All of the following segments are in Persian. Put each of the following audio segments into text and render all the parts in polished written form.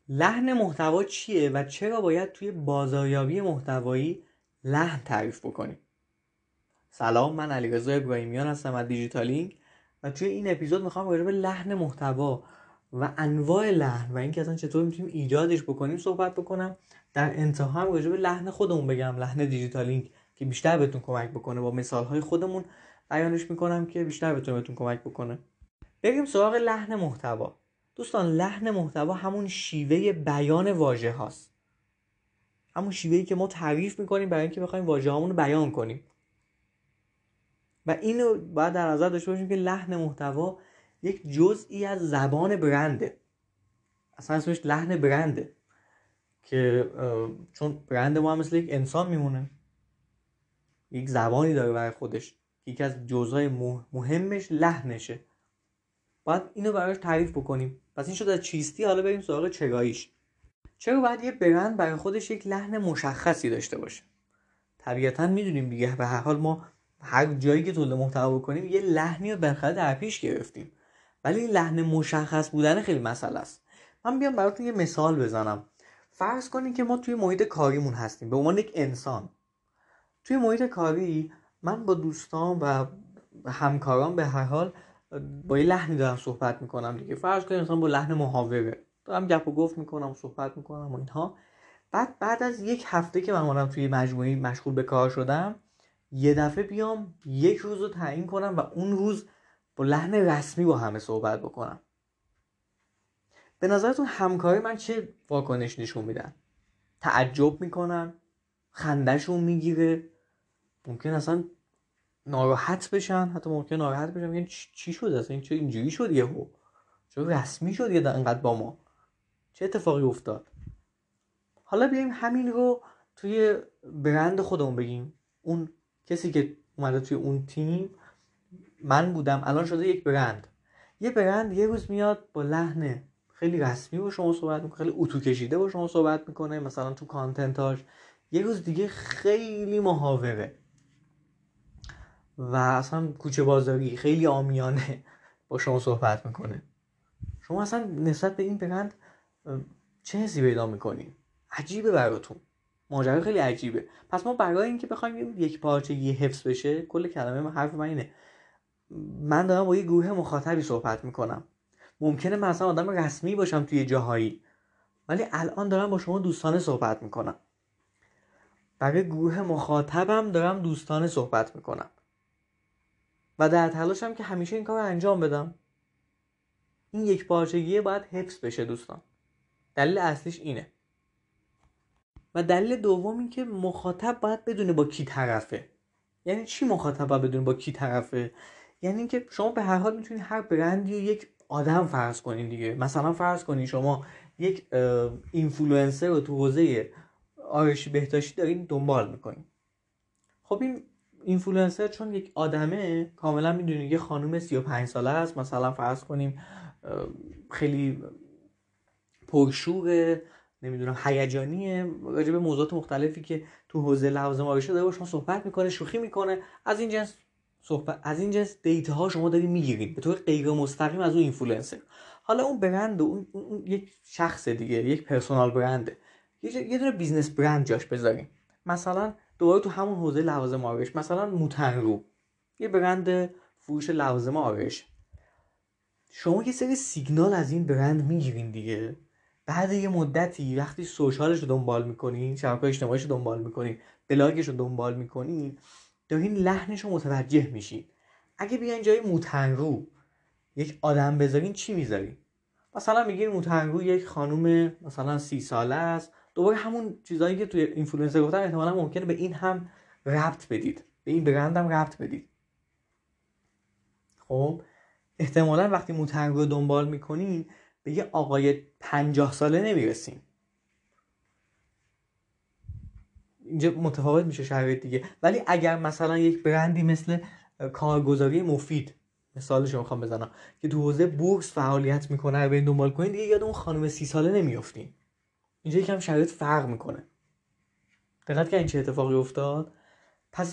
لحن محتوا چیه و چرا باید توی بازاریابی محتوایی لحن تعریف بکنیم؟ سلام، من علیرضا ابراهیمیان هستم از دیجیتالینگ و توی این اپیزود میخوام راجع به لحن محتوا و انواع لحن و اینکه اصلا چطور میتونیم ایجادش بکنیم صحبت بکنم. در انتها هم راجع به لحن خودمون بگم، لحن دیجیتالینگ، که بیشتر بهتون کمک بکنه. با مثالهای خودمون بیانش میکنم که بیشتر بهتون کمک بکنه. بریم سراغ لحن محتوا. دوستان، لحن محتوا همون شیوه بیان واژه هاست، همون شیوهی که ما تعریف میکنیم برای اینکه بخوایم واژه هامون رو بیان کنیم و اینو باید در نظر داشته باشیم که لحن محتوا یک جزئی از زبان برنده. اصلا اسمش لحن برنده که چون برند ما هم مثل یک انسان میمونه، یک زبانی داره برای خودش، یکی از جزءهای مهمش لحنشه. باید اینو براش تعریف بکنیم. پس این شد از چیستی. حالا بریم سراغ چراییش. چرا باید یه برند برای خودش یک لحن مشخصی داشته باشه؟ طبیعتاً میدونیم دیگه، به هر حال ما هر جایی که تولید محتوا بکنیم یه لحنی رو بالاخره در پیش گرفتیم، ولی این لحن مشخص بودن خیلی مسئله است. من بیام براتون یه مثال بزنم. فرض کنید که ما توی محیط کاریمون هستیم به عنوان یک انسان. توی محیط کاری من با دوستان و همکاران به هر حال با یه لحنی دارم صحبت میکنم دیگه. فرض کنید مثلا با لحن محاوره دارم گپ و گفت میکنم، صحبت میکنم و اینها. بعد از یک هفته که من اومدم توی مجموعه مشغول به کار شدم، یه دفعه بیام یک روز رو تعیین کنم و اون روز با لحن رسمی با همه صحبت بکنم. به نظرتون همکاری من چه واکنش نشون میدن؟ تعجب میکنن؟ خندهشون میگیره؟ ممکن اصلا ناراحت بشن، حتی ممکن ناراحت بشن میگن چی شد اصلا، این چه اینجوری شد یهو، چه رسمی شد یه انقدر با ما، چه اتفاقی افتاد؟ حالا بیایم همین رو توی برند خودمون بگیم. اون کسی که اومده توی اون تیم من بودم، الان شده یک برند. یه برند یه روز میاد با لحن خیلی رسمی با شما صحبت میکنه، خیلی اتو کشیده با شما صحبت میکنه مثلا تو کانتنتاش. یه روز دیگه خیلی محاوره و اصلا کوچه بازاری، خیلی عامیانه با شما صحبت میکنه. شما اصلا نسبت به این برند چه حسی پیدا میکنین؟ عجیبه براتون، ماجرا خیلی عجیبه. پس ما برای اینکه بخوایم یک پارچگی حفظ بشه، کل کلمه حرف من اینه، من دارم با یه گروه مخاطبی صحبت میکنم. ممکنه من اصلا آدم رسمی باشم توی جاهایی، ولی الان دارم با شما دوستانه صحبت میکنم. برای گروه مخاطبم دارم دوستانه صحبت میکنم و در تلاشم که همیشه این کار رو انجام بدم. این یک پارچگیه باید حفظ بشه دوستان. دلیل اصلیش اینه. و دلیل دوم این که مخاطب باید بدونه با کی طرفه. یعنی چی مخاطب باید بدونه با کی طرفه؟ یعنی اینکه شما به هر حال میتونید هر برندی رو یک آدم فرض کنین دیگه. مثلا فرض کنین شما یک اینفلوئنسر رو تو حوزه آرایشی بهداشتی دارین دنبال میکنین. خب این اینفلوئنسر چون یک آدمه، کاملا میدونید یه خانم 35 ساله است، مثلا فرض کنیم خیلی پرشوره، نمیدونم هیجانیه، راجع به موضوعات مختلفی که تو حوزه لوازم آرایشی داره با شما صحبت میکنه، شوخی میکنه. از این جنس دیتا ها شما دارین میگیرید به طور غیر مستقیم از اون اینفلوئنسر. حالا اون برند اون یک شخص دیگه، یک پرسونال برنده، یه دونه بیزنس برند جاش بذاریم. مثلا دوباره تو همون حوزه لوازم آرایش، مثلا موتنرو، یه برند فروش لوازم آرایش. شما یه سری سیگنال از این برند میگیرین دیگه. بعد یه مدتی وقتی سوشالش رو دنبال میکنین، شبکه‌های اجتماعیش رو دنبال میکنین، بلاگش رو دنبال میکنین، دارین لحنش رو متوجه میشین. اگه بیاین جای موتنرو یک آدم بذارین، چی میذارین؟ مثلا میگین موتنرو یک خانوم مثلا 30 ساله است. دوباره همون چیزایی که توی اینفلوئنسر گفتن احتمالاً ممکنه به این هم ربط بدید، به این برند هم ربط بدید. خب احتمالاً وقتی موتنرو رو دنبال میکنین به یه آقای 50 ساله نمیرسین. اینجا متفاوت میشه شرایط دیگه. ولی اگر مثلا یک برندی مثل کارگزاری مفید، مثالش رو میخوام بزنم، که تو حوزه بورس فعالیت میکنه، رو برین دنبال کنین، دیگه یاد اون خانم 30 ساله نمیافتین. اینجا یکم شرایط فرق میکنه. دقت کردین چه اتفاقی افتاد؟ پس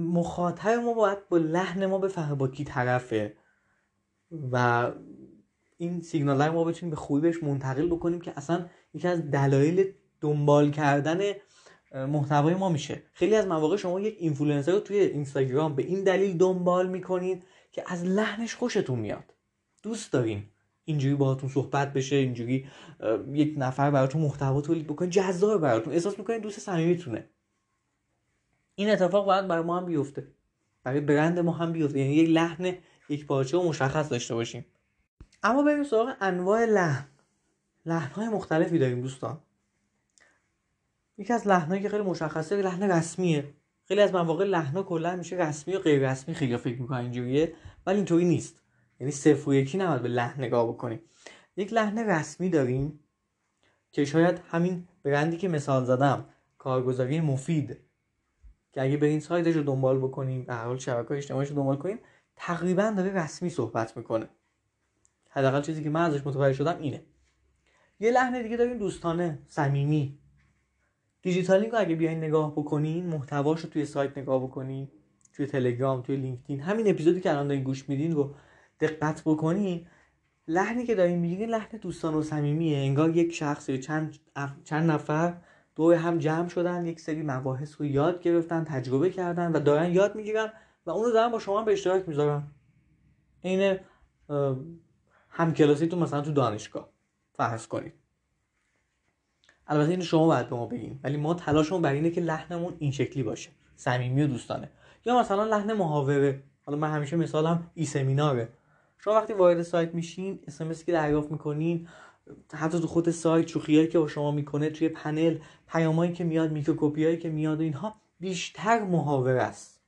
مخاطب ما باید با لحن ما بفهمه با کی طرفه و این سیگنال رو ما بتونیم به خوبی بهش منتقل بکنیم که اصلا یکی از دلایل دنبال کردن محتوای ما میشه. خیلی از مواقع شما یک اینفلوئنسر رو توی اینستاگرام به این دلیل دنبال میکنید که از لحنش خوشتون میاد، دوست دارین اینجوری باهاتون صحبت بشه، اینجوری یک نفر براتون محتوا تولید بکنه، جذاب براتون، احساس میکنین دوست صمیمیتونه. این اتفاق باید برای ما هم بیفته، برای برند ما هم بیفته، یعنی یک لحن یک پارچه و مشخص داشته باشیم. اما بریم سراغ انواع لحن‌های مختلفی داریم دوستان. یکی از لحنایی که خیلی مشخصه لحن رسمیه. خیلی از مواقع لحنا کلا میشه رسمی و غیر رسمی، خیلی فکر میکنن اینجوریه، ولی اینطوری نیست. یعنی صفر و یکی نباید به لحن نگاه بکنیم. یک لحن رسمی داریم که شاید همین برندی که مثال زدم، کارگزاری مفید، که اگه برین سایتش رو دنبال بکنیم، به هر حال شبکه‌های اجتماعیش رو دنبال کنیم، تقریبا داره رسمی صحبت میکنه. حداقل چیزی که من ازش متوجه شدم اینه. یه لحن دیگه داریم دوستانه، صمیمی. دیجیتالینگ رو اگه بیاین نگاه بکنین، محتواش رو توی سایت نگاه بکنین، توی تلگرام، توی لینکدین، همین اپیزودی که الان دارین گوش میدین رو دقت بکنین، لحنی که دارین میگین لحن دوستانه و صمیمیه. انگار یک شخص یا چند نفر دور هم جمع شدن، یک سری مباحث رو یاد گرفتن، تجربه کردن و دارن یاد میگیرن و اون رو دارن با شما به اشتراک میذارن. این همکلاسیتون مثلا تو دانشگاه فرض کنید. البته این شما باید به ما بگین، ولی ما تلاشمون بر اینه که لحنمون این شکلی باشه، صمیمی و دوستانه. یا مثلا لحن محاوره. حالا من همیشه مثالم ای سمیناره. شما وقتی وارد سایت میشین، اس ام اس که دریافت میکنین، حتی تو خود سایت شوخیایی که با شما میکنه توی پنل، پیامایی که میاد، میکروکپیایی که میاد، اینها بیشتر محاوره است.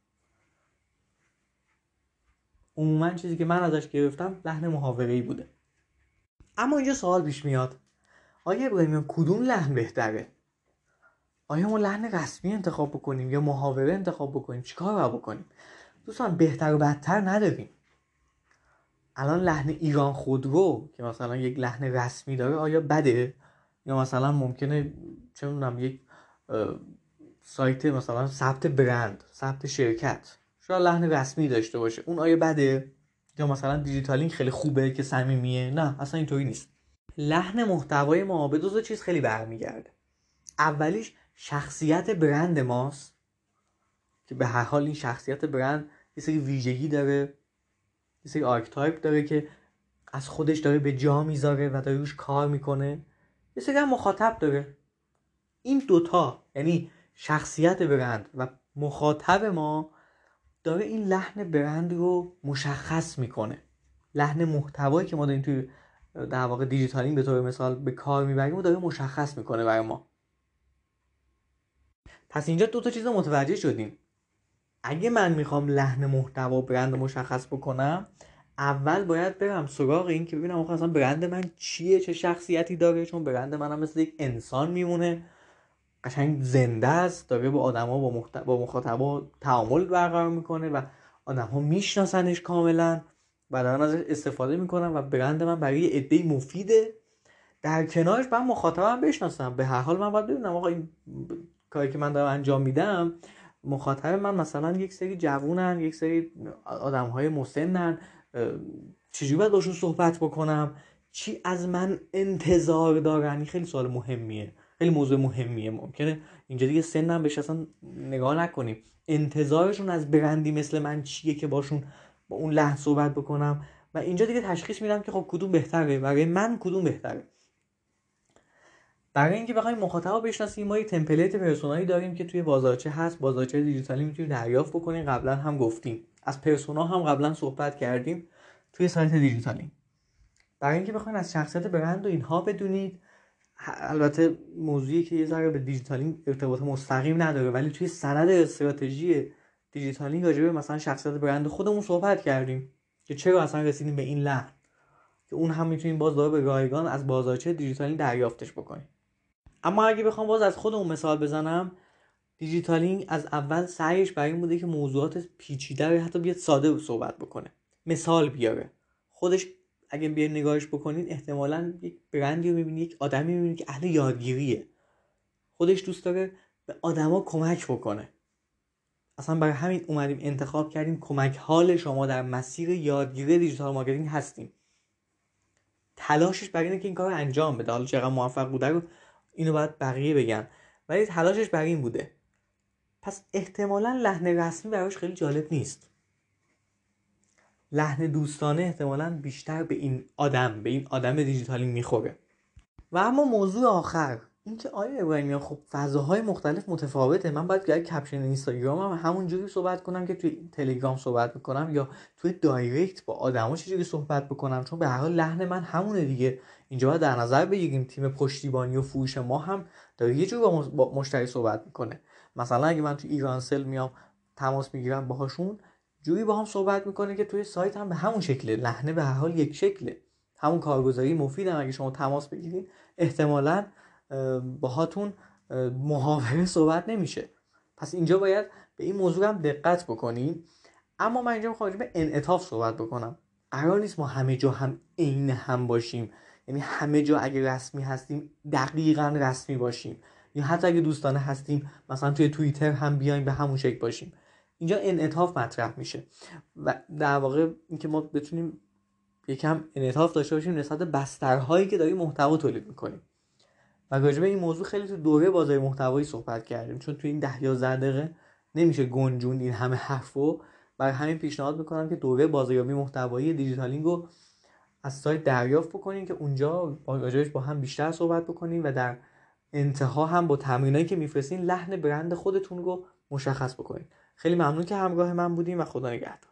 عموما چیزی که من ازش گرفتم لحن محاوره‌ای بوده. اما اینجا سوال پیش میاد، آیا ابراهیمیان کدوم لحن بهتره؟ آیا ما لحن رسمی انتخاب بکنیم یا محاوره انتخاب بکنیم؟ چیکار باید بکنیم؟ دوستان بهتر و بدتر نداریم. الان لحن ایران خودرو که مثلا یک لحن رسمی داره آیا بده؟ یا مثلا ممکنه چه میدونم یک سایت مثلا ثبت برند، ثبت شرکت شاید لحن رسمی داشته باشه، اون آیا بده؟ یا مثلا دیجیتالینگ خیلی خوبه که صمیمیه؟ نه، اصلا اینطوری نیست. لحن محتوای ما به دو تا چیز خیلی برمیگرده. اولیش شخصیت برند ماست که به هر حال این شخصیت برند یه سری ویژگی داره، یه سری آرکتایپ داره که از خودش داره به جا میذاره و داره روش کار میکنه. یه سری هم مخاطب داره. این دوتا، یعنی شخصیت برند و مخاطب ما، داره این لحن برند رو مشخص میکنه. لحن محتوایی که ما داریم توی در واقع دیجیتالینگ به طور مثال به کار میبریم و داره مشخص میکنه برای ما. پس اینجا دو تا چیز متوجه شدیم. اگه من میخوام لحن محتوا برند مشخص بکنم، اول باید برم سراغ این که ببینم آخه اصلا برند من چیه، چه شخصیتی داره، چون برند منم مثل یک انسان میمونه، قشنگ زنده است، داره با آدما با مخاطبا تعامل برقرار میکنه و آدم‌ها میشناسنش کاملا و دارن ازش استفاده میکنن و برند من برای یه عده مفیده. در کنارش من مخاطبم بشناسم. به هر حال من باید ببینم آقا این کاری که من دارم انجام میدم، مخاطب من مثلا یک سری جوونن، یک سری آدم‌های مسنن، چجوری باید باشون صحبت بکنم، چی از من انتظار دارن؟ خیلی سوال مهمیه، خیلی موضوع مهمیه. ممکنه اینجا دیگه سنم بهش اصلا نگاه نکنیم، انتظارشون از برندی مثل من چیه که باشون با اون لحن صحبت بکنم و اینجا دیگه تشخیص میدم که خب کدوم بهتره برای من، کدوم بهتره. برای اینکه بخوایم مخاطب بشناسیم، ما یه تمپلیت پرسونایی داریم که توی بازارچه هست، بازارچه دیجیتالی میتونید دریافت بکنید. قبلا هم گفتیم از پرسونا هم قبلا صحبت کردیم توی سایت دیجیتالی. برای اینکه بخواید از شخصیت برند و اینها بدونید، البته موضوعی که یه ذره به دیجیتالی ارتباط مستقیم نداره، ولی توی سند استراتژی دیجیتالی راجع به مثلا شخصیت برند خودمون صحبت کردیم که چرا اصلا رسیدیم به این لحن، که اون هم میتونیم باز دوباره به رایگان از بازارچه دیجیتالی دریافتش بکنیم. اما اگه بخوام باز از خودمون مثال بزنم، دیجیتالینگ از اول سعیش برای این بوده که موضوعات پیچیده رو حتی بیاد ساده صحبت بکنه، مثال بیاره. خودش اگه بیاین نگاهش بکنین، احتمالاً یک برندی رو میبینی، یک آدمی میبینی که اهل یادگیریه، خودش دوست داره به آدما کمک بکنه. اصلا برای همین اومدیم انتخاب کردیم کمک حال شما در مسیر یادگیری دیجیتال مارکتینگ هستیم. تلاشش برای اینه که این کار رو انجام بده. حالا چقدر موفق بوده رو اینو باید بقیه بگن، ولی تلاشش برای این بوده. پس احتمالاً لحن رسمی براش خیلی جالب نیست. لحن دوستانه احتمالاً بیشتر به این آدم دیجیتالی میخوره. و اما موضوع آخر اینکه آیا ابراهیمیان خب فضاهای مختلف متفاوته. من باید که کپشن اینستاگرامم همونجوری صحبت کنم که توی تلگرام صحبت میکنم، یا توی دایرکت با آدما چجوری صحبت بکنم؟ چون به هر حال لحن من همونه دیگه. اینجا باید در نظر بگیریم تیم پشتیبانی و فروش ما هم داره یه جور با مشتری صحبت میکنه. مثلا اگه من توی ایرانسل میام تماس میگیرم باهاشون، جوری با هم صحبت میکنه که توی سایت هم به همون شکله. لحنه به هر حال یک شکله. همون کارگزاری مفید هم اگه شما تماس بگیرین احتمالاً باهاتون محاوره صحبت نمیشه. پس اینجا باید به این موضوع هم دقت بکنیم. اما من اینجا میخوام به انعطاف صحبت بکنم. قرار نیست ما همه جا هم عین هم باشیم، یعنی همه جا اگه رسمی هستیم دقیقاً رسمی باشیم، یا حتی اگه دوستانه هستیم مثلا توی توییتر هم بیایم به همون شکل باشیم. اینجا انعطاف مطرح میشه و در واقع اینکه ما بتونیم یکم انعطاف داشته باشیم نسبت به بسترهایی که داریم محتوا تولید میکنیم. و راجع به این موضوع خیلی تو دوره بازار محتوایی صحبت کردیم، چون تو این 10-11 دقیقه نمیشه گنجوند این همه حرفو. برای همین پیشنهاد میکنم که دوره بازاریابی محتوایی دیجیتالینگ رو از سایت دریافت بکنین که اونجا راجعش با هم بیشتر صحبت بکنیم و در انتها هم با تمرینایی که میفرستین لحن برند خودتون رو مشخص بکنین. خیلی ممنون که همراه من بودین و خدا نگهدار.